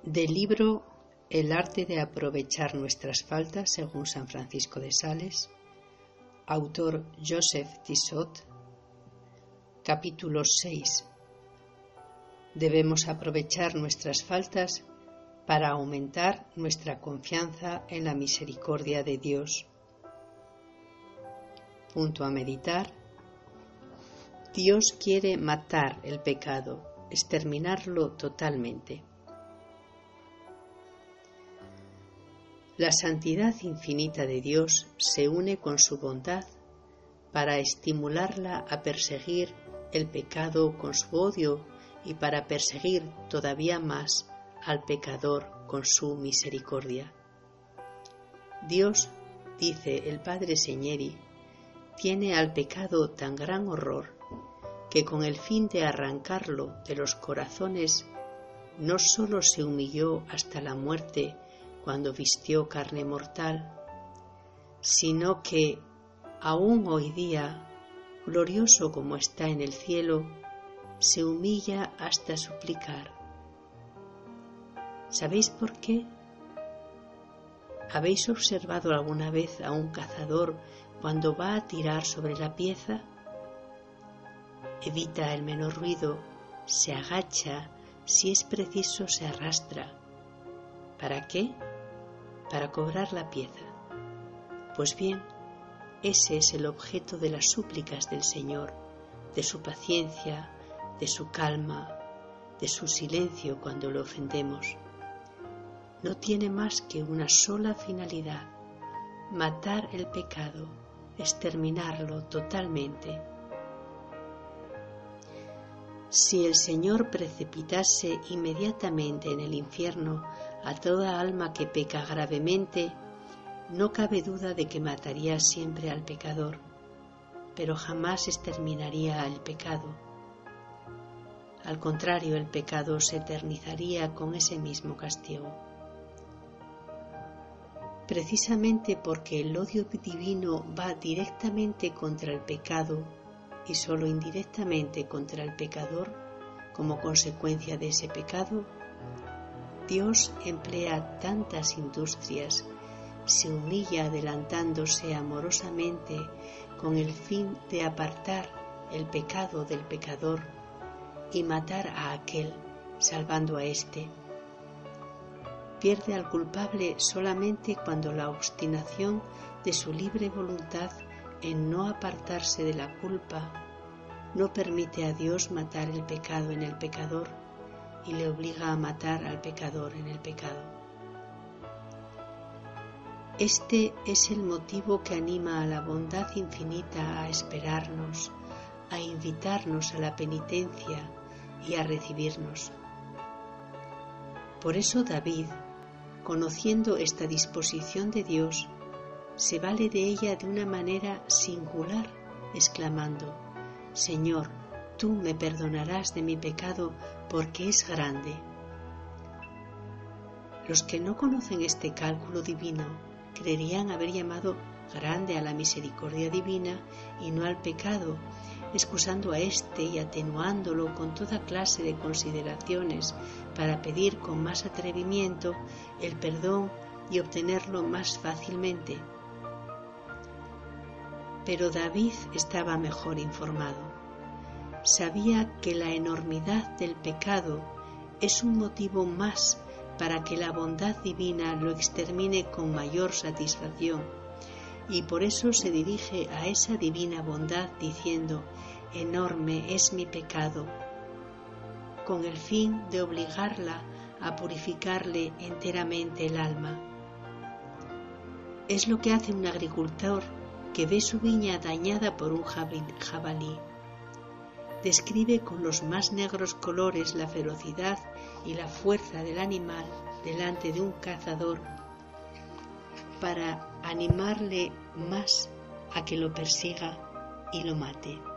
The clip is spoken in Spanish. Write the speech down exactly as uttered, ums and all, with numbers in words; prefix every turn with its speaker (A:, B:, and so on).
A: Del libro El arte de aprovechar nuestras faltas según San Francisco de Sales, autor Joseph Tissot, capítulo seis. Debemos aprovechar nuestras faltas para aumentar nuestra confianza en la misericordia de Dios. Punto a meditar. Dios quiere matar el pecado, exterminarlo totalmente. La santidad infinita de Dios se une con su bondad para estimularla a perseguir el pecado con su odio y para perseguir todavía más al pecador con su misericordia. Dios, dice el Padre Señeri, tiene al pecado tan gran horror que con el fin de arrancarlo de los corazones no sólo se humilló hasta la muerte cuando vistió carne mortal, sino que aún hoy día, glorioso como está en el cielo, se humilla hasta suplicar. ¿Sabéis por qué? ¿Habéis observado alguna vez a un cazador cuando va a tirar sobre la pieza? Evita el menor ruido, se agacha, si es preciso se arrastra. ¿Para qué? Para cobrar la pieza. Pues bien, ese es el objeto de las súplicas del Señor, de su paciencia, de su calma, de su silencio cuando lo ofendemos. No tiene más que una sola finalidad: matar el pecado, exterminarlo totalmente. Si el Señor precipitase inmediatamente en el infierno a toda alma que peca gravemente, no cabe duda de que mataría siempre al pecador, pero jamás exterminaría al pecado. Al contrario, el pecado se eternizaría con ese mismo castigo. Precisamente porque el odio divino va directamente contra el pecado y solo indirectamente contra el pecador, como consecuencia de ese pecado, Dios emplea tantas industrias, se humilla adelantándose amorosamente con el fin de apartar el pecado del pecador y matar a aquel, salvando a éste. Pierde al culpable solamente cuando la obstinación de su libre voluntad en no apartarse de la culpa no permite a Dios matar el pecado en el pecador y le obliga a matar al pecador en el pecado. Este es el motivo que anima a la bondad infinita a esperarnos, a invitarnos a la penitencia y a recibirnos. Por eso David, conociendo esta disposición de Dios, se vale de ella de una manera singular, exclamando: Señor, tú me perdonarás de mi pecado porque es grande. Los que no conocen este cálculo divino creerían haber llamado grande a la misericordia divina y no al pecado, excusando a éste y atenuándolo con toda clase de consideraciones para pedir con más atrevimiento el perdón y obtenerlo más fácilmente. Pero David estaba mejor informado. Sabía que la enormidad del pecado es un motivo más para que la bondad divina lo extermine con mayor satisfacción, y por eso se dirige a esa divina bondad diciendo: enorme es mi pecado, con el fin de obligarla a purificarle enteramente el alma. Es lo que hace un agricultor que ve su viña dañada por un jabalí. Describe con los más negros colores la ferocidad y la fuerza del animal delante de un cazador para animarle más a que lo persiga y lo mate.